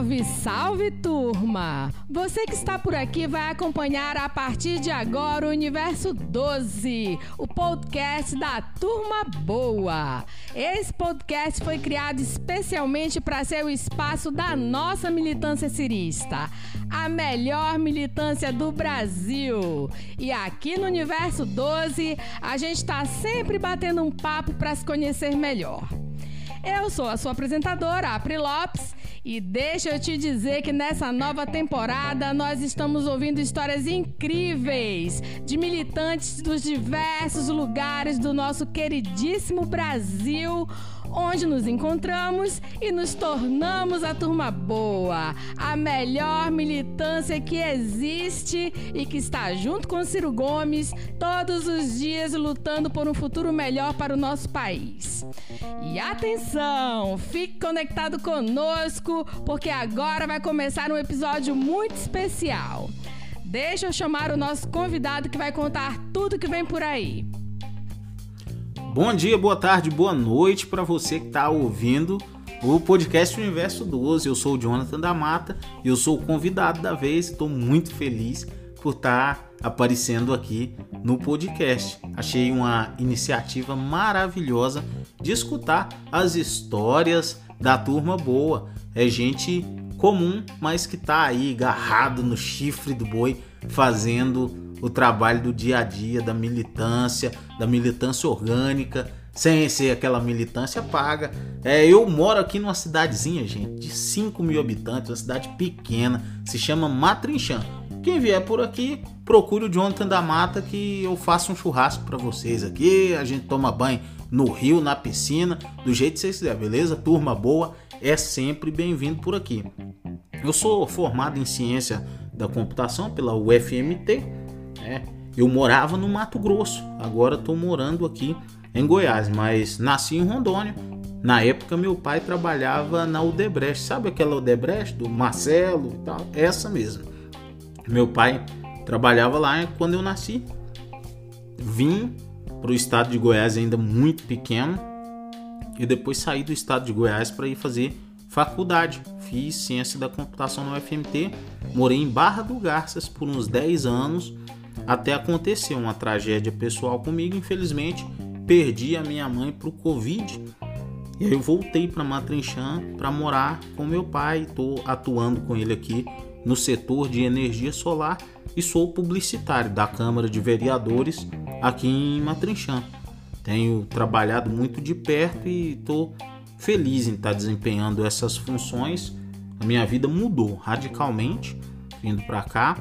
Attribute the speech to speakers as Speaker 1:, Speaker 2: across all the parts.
Speaker 1: Salve, salve, turma! Você que está por aqui vai acompanhar a partir de agora o Universo 12, o podcast da Turma Boa. Esse podcast foi criado especialmente para ser o espaço da nossa militância cirista, a melhor militância do Brasil. E aqui no Universo 12, a gente está sempre batendo um papo para se conhecer melhor. Eu sou a sua apresentadora, Apri Lopes, e deixa eu te dizer que nessa nova temporada nós estamos ouvindo histórias incríveis de militantes dos diversos lugares do nosso queridíssimo Brasil, onde nos encontramos e nos tornamos a Turma Boa, a melhor militância que existe e que está junto com Ciro Gomes todos os dias lutando por um futuro melhor para o nosso país. E atenção, fique conectado conosco, porque agora vai começar um episódio muito especial. Deixa eu chamar o nosso convidado que vai contar tudo que vem por aí.
Speaker 2: Bom dia, boa tarde, boa noite para você que está ouvindo o podcast Universo 12. Eu sou o Jonathan da Mata e eu sou o convidado da vez. Estou muito feliz por estar aparecendo aqui no podcast. Achei uma iniciativa maravilhosa de escutar as histórias da Turma Boa. É gente comum, mas que está aí agarrado no chifre do boi, fazendo o trabalho do dia a dia, da militância orgânica, sem ser aquela militância paga. Eu moro aqui numa cidadezinha, gente, de 5 mil habitantes, uma cidade pequena, se chama Matrinchã. Quem vier por aqui, procure o Jonathan da Mata que eu faço um churrasco para vocês aqui, a gente toma banho no rio, na piscina, do jeito que vocês quiserem, beleza? Turma Boa é sempre bem-vindo por aqui. Eu sou formado em Ciência da Computação pela UFMT. Eu morava no Mato Grosso, agora estou morando aqui em Goiás, mas nasci em Rondônia. Na época meu pai trabalhava na Odebrecht, sabe aquela Odebrecht do Marcelo e tal? Essa mesmo. Meu pai trabalhava lá quando eu nasci. Vim para o estado de Goiás ainda muito pequeno e depois saí do estado de Goiás para ir fazer faculdade. Fiz Ciência da Computação na UFMT, morei em Barra do Garças por uns 10 anos, até acontecer uma tragédia pessoal comigo. Infelizmente, perdi a minha mãe para o Covid. E aí eu voltei para Matrinchã para morar com meu pai. Estou atuando com ele aqui no setor de energia solar e sou publicitário da Câmara de Vereadores aqui em Matrinchã. Tenho trabalhado muito de perto e estou feliz em estar desempenhando essas funções. A minha vida mudou radicalmente vindo para cá,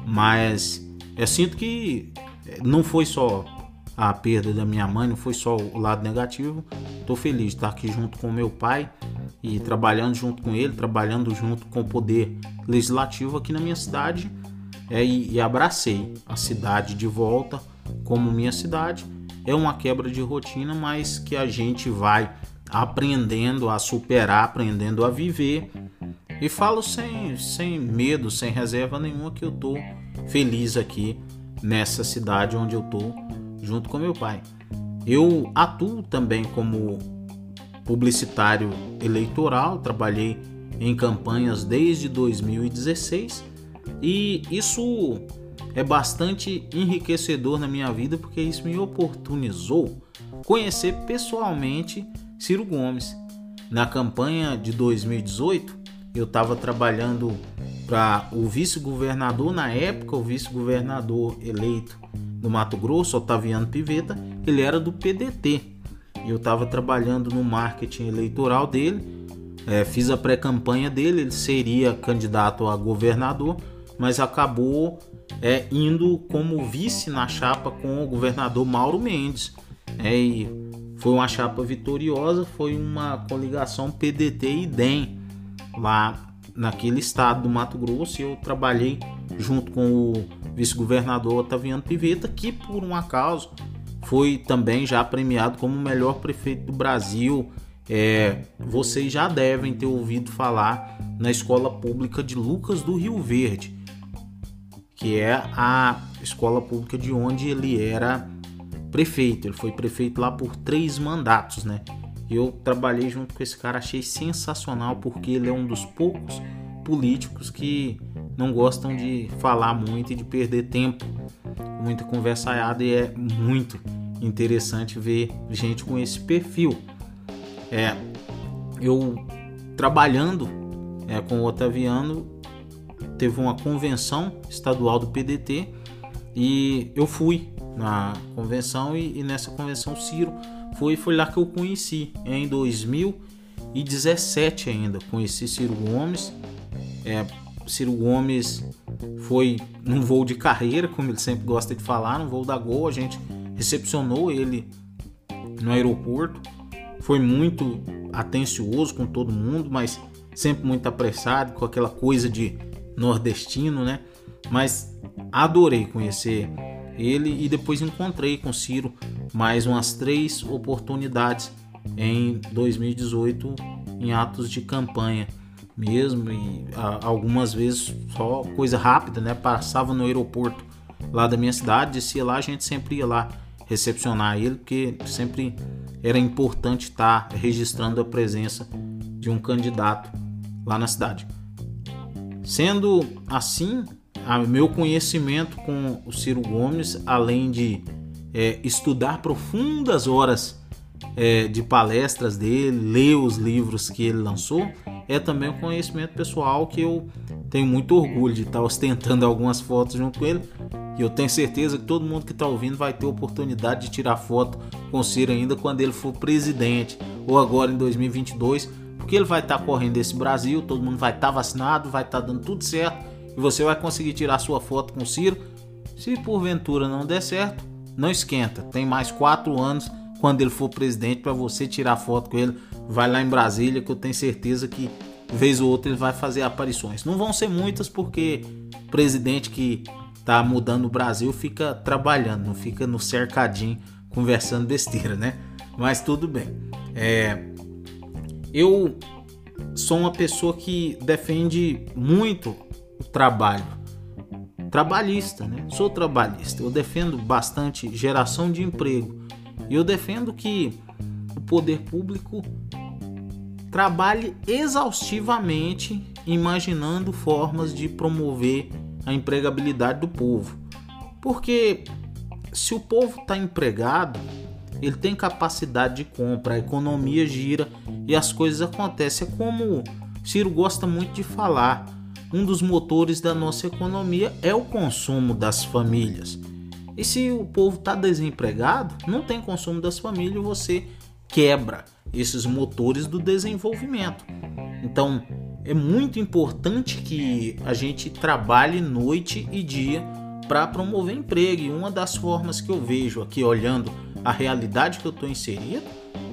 Speaker 2: mas eu sinto que não foi só a perda da minha mãe, não foi só o lado negativo. Estou feliz de estar aqui junto com meu pai e trabalhando junto com ele, trabalhando junto com o poder legislativo aqui na minha cidade, e abracei a cidade de volta como minha cidade. É uma quebra de rotina, mas que a gente vai aprendendo a superar, aprendendo a viver. E falo sem medo, sem reserva nenhuma, que eu tô feliz aqui nessa cidade onde eu tô junto com meu pai. Eu atuo também como publicitário eleitoral, trabalhei em campanhas desde 2016 e isso é bastante enriquecedor na minha vida, porque isso me oportunizou conhecer pessoalmente Ciro Gomes. Na campanha de 2018, eu estava trabalhando para o vice-governador, na época o vice-governador eleito do Mato Grosso, Otaviano Pivetta, ele era do PDT. Eu estava trabalhando no marketing eleitoral dele, fiz a pré-campanha dele, ele seria candidato a governador, mas acabou indo como vice na chapa com o governador Mauro Mendes. E foi uma chapa vitoriosa, foi uma coligação PDT e DEM lá naquele estado do Mato Grosso. Eu trabalhei junto com o vice-governador Otaviano Pivetta, que por um acaso foi também já premiado como o melhor prefeito do Brasil. Vocês já devem ter ouvido falar na escola pública de Lucas do Rio Verde, que é a escola pública de onde ele era prefeito. Ele foi prefeito lá por 3 mandatos, né? Eu trabalhei junto com esse cara, achei sensacional, porque ele é um dos poucos políticos que não gostam de falar muito e de perder tempo, muita conversaiada, e é muito interessante ver gente com esse perfil. Eu trabalhando com o Otaviano, teve uma convenção estadual do PDT e eu fui na convenção, e nessa convenção Ciro foi lá que eu conheci, em 2017 ainda, conheci Ciro Gomes. Ciro Gomes foi num voo de carreira, como ele sempre gosta de falar, no voo da Gol. A gente recepcionou ele no aeroporto, foi muito atencioso com todo mundo, mas sempre muito apressado, com aquela coisa de nordestino, né? Mas adorei conhecer ele, e depois encontrei com Ciro mais umas 3 oportunidades em 2018 em atos de campanha mesmo, e algumas vezes só coisa rápida, né? Passava no aeroporto lá da minha cidade, descia lá, a gente sempre ia lá recepcionar ele, porque sempre era importante estar registrando a presença de um candidato lá na cidade. Sendo assim, meu conhecimento com o Ciro Gomes, além de estudar profundas horas de palestras dele, ler os livros que ele lançou, é também um conhecimento pessoal que eu tenho muito orgulho de estar ostentando algumas fotos junto com ele, e eu tenho certeza que todo mundo que está ouvindo vai ter oportunidade de tirar foto com o Ciro ainda quando ele for presidente, ou agora em 2022, porque ele vai estar correndo esse Brasil, todo mundo vai estar vacinado, vai estar dando tudo certo, e você vai conseguir tirar sua foto com o Ciro. Se porventura não der certo, não esquenta, tem mais 4 anos quando ele for presidente para você tirar foto com ele. Vai lá em Brasília, que eu tenho certeza que vez ou outra ele vai fazer aparições. Não vão ser muitas, porque o presidente que tá mudando o Brasil fica trabalhando, não fica no cercadinho conversando besteira, né? Mas tudo bem. Eu sou uma pessoa que defende muito o trabalho trabalhista, né? Sou trabalhista, eu defendo bastante geração de emprego, e eu defendo que o poder público trabalhe exaustivamente imaginando formas de promover a empregabilidade do povo, porque se o povo está empregado, ele tem capacidade de compra, a economia gira e as coisas acontecem. É como o Ciro gosta muito de falar, um dos motores da nossa economia é o consumo das famílias. E se o povo está desempregado, não tem consumo das famílias, você quebra esses motores do desenvolvimento. Então, é muito importante que a gente trabalhe noite e dia para promover emprego. E uma das formas que eu vejo aqui, olhando a realidade que eu estou inserido,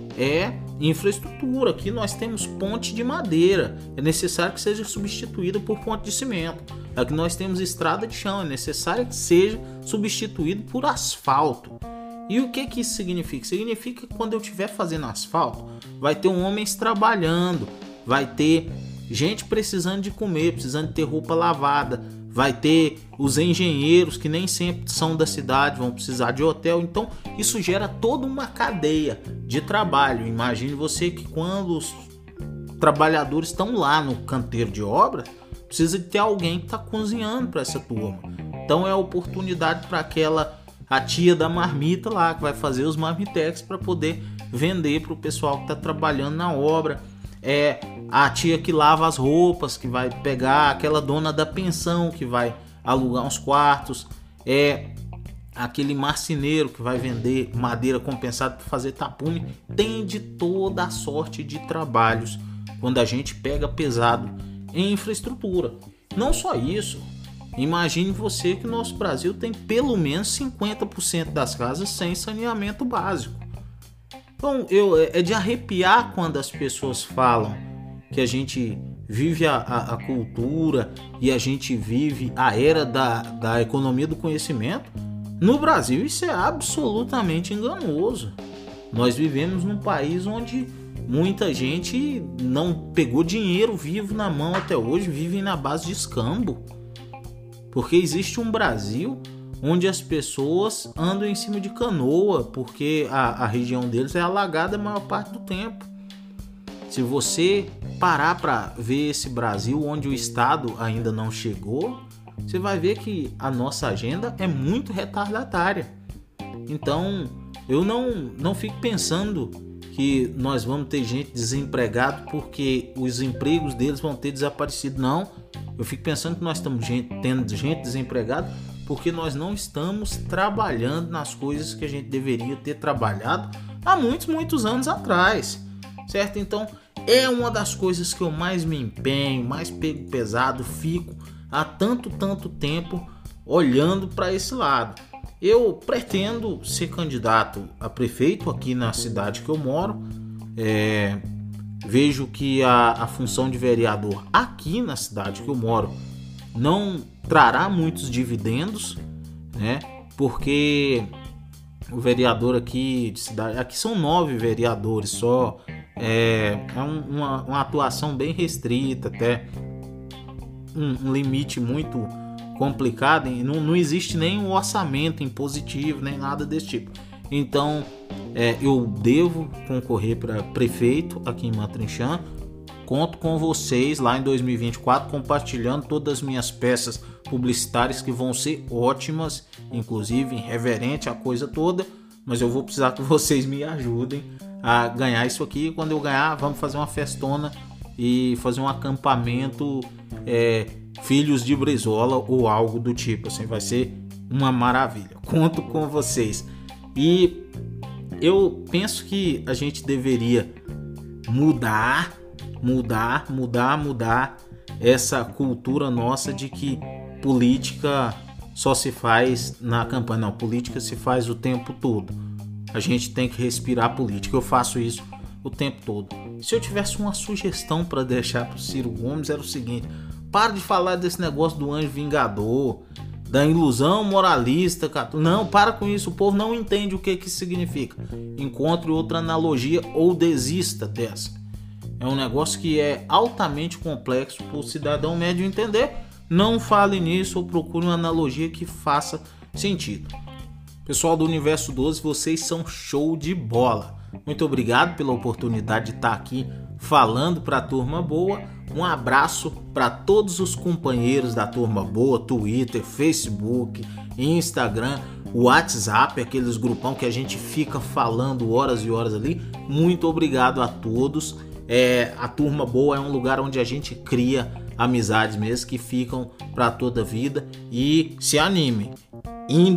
Speaker 2: é infraestrutura. Aqui nós temos ponte de madeira, é necessário que seja substituída por ponte de cimento. Aqui nós temos estrada de chão, é necessário que seja substituído por asfalto. E o que isso significa? Significa que quando eu estiver fazendo asfalto, vai ter homens trabalhando, vai ter gente precisando de comer, precisando de ter roupa lavada, vai ter os engenheiros que nem sempre são da cidade, vão precisar de hotel. Então isso gera toda uma cadeia de trabalho. Imagine você que quando os trabalhadores estão lá no canteiro de obra, precisa de ter alguém que está cozinhando para essa turma. Então é a oportunidade para a tia da marmita lá, que vai fazer os marmitex para poder vender para o pessoal que está trabalhando na obra. É a tia que lava as roupas, que vai pegar, aquela dona da pensão que vai alugar uns quartos, é aquele marceneiro que vai vender madeira compensada para fazer tapume. Tem de toda a sorte de trabalhos quando a gente pega pesado em infraestrutura. Não só isso, imagine você que o nosso Brasil tem pelo menos 50% das casas sem saneamento básico. Então é de arrepiar quando as pessoas falam que a gente vive a cultura e a gente vive a era da economia do conhecimento. No Brasil isso é absolutamente enganoso. Nós vivemos num país onde muita gente não pegou dinheiro vivo na mão até hoje, vivem na base de escambo. Porque existe um Brasil onde as pessoas andam em cima de canoa, porque a região deles é alagada a maior parte do tempo. Se você parar para ver esse Brasil onde o Estado ainda não chegou, você vai ver que a nossa agenda é muito retardatária. Então, eu não fico pensando que nós vamos ter gente desempregada porque os empregos deles vão ter desaparecido. Não, eu fico pensando que nós estamos tendo gente desempregada porque nós não estamos trabalhando nas coisas que a gente deveria ter trabalhado há muitos anos atrás, certo? Então, é uma das coisas que eu mais me empenho, mais pego pesado, fico há tanto tempo olhando para esse lado. Eu pretendo ser candidato a prefeito aqui na cidade que eu moro. Vejo que a função de vereador aqui na cidade que eu moro não trará muitos dividendos, né? Porque o vereador aqui de cidade, aqui são 9 vereadores só, uma atuação bem restrita, até um limite muito complicado, e não existe nenhum orçamento impositivo, nem nada desse tipo. Então, eu devo concorrer para prefeito aqui em Matrinchã. Conto com vocês lá em 2024, compartilhando todas as minhas peças publicitárias que vão ser ótimas, inclusive irreverente a coisa toda, mas eu vou precisar que vocês me ajudem a ganhar isso aqui. Quando eu ganhar, vamos fazer uma festona e fazer um acampamento Filhos de Brizola ou algo do tipo, assim, vai ser uma maravilha. Conto com vocês. E eu penso que a gente deveria mudar essa cultura nossa de que política só se faz na campanha. Não, política se faz o tempo todo. A gente tem que respirar política. Eu faço isso o tempo todo. Se eu tivesse uma sugestão para deixar para o Ciro Gomes, era o seguinte: para de falar desse negócio do anjo vingador, da ilusão moralista. Não, para com isso, o povo não entende o que isso significa. Encontre outra analogia ou desista dessa. É um negócio que é altamente complexo para o cidadão médio entender. Não fale nisso ou procure uma analogia que faça sentido. Pessoal do Universo 12, vocês são show de bola. Muito obrigado pela oportunidade de estar aqui falando para a Turma Boa. Um abraço para todos os companheiros da Turma Boa, Twitter, Facebook, Instagram, WhatsApp, aqueles grupão que a gente fica falando horas e horas ali. Muito obrigado a todos. A Turma Boa é um lugar onde a gente cria amizades mesmo que ficam para toda a vida. E se anime, em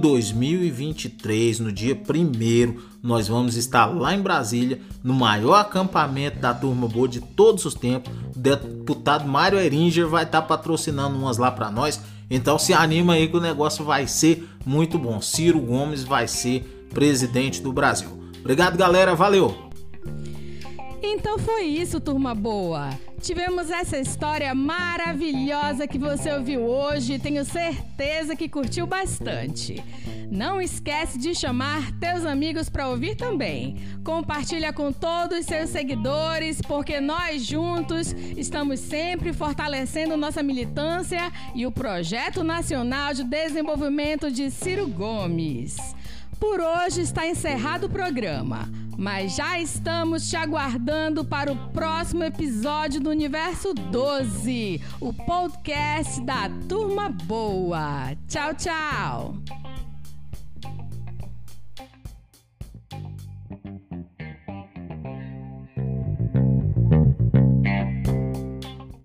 Speaker 2: 2023, no dia 1º, nós vamos estar lá em Brasília, no maior acampamento da Turma Boa de todos os tempos. O deputado Mário Eringer vai estar patrocinando umas lá para nós. Então se anima aí que o negócio vai ser muito bom. Ciro Gomes vai ser presidente do Brasil. Obrigado, galera. Valeu!
Speaker 1: Então foi isso, Turma Boa. Tivemos essa história maravilhosa que você ouviu hoje e tenho certeza que curtiu bastante. Não esquece de chamar teus amigos para ouvir também. Compartilha com todos os seus seguidores, porque nós juntos estamos sempre fortalecendo nossa militância e o Projeto Nacional de Desenvolvimento de Ciro Gomes. Por hoje está encerrado o programa, mas já estamos te aguardando para o próximo episódio do Universo 12, o podcast da Turma Boa. Tchau, tchau!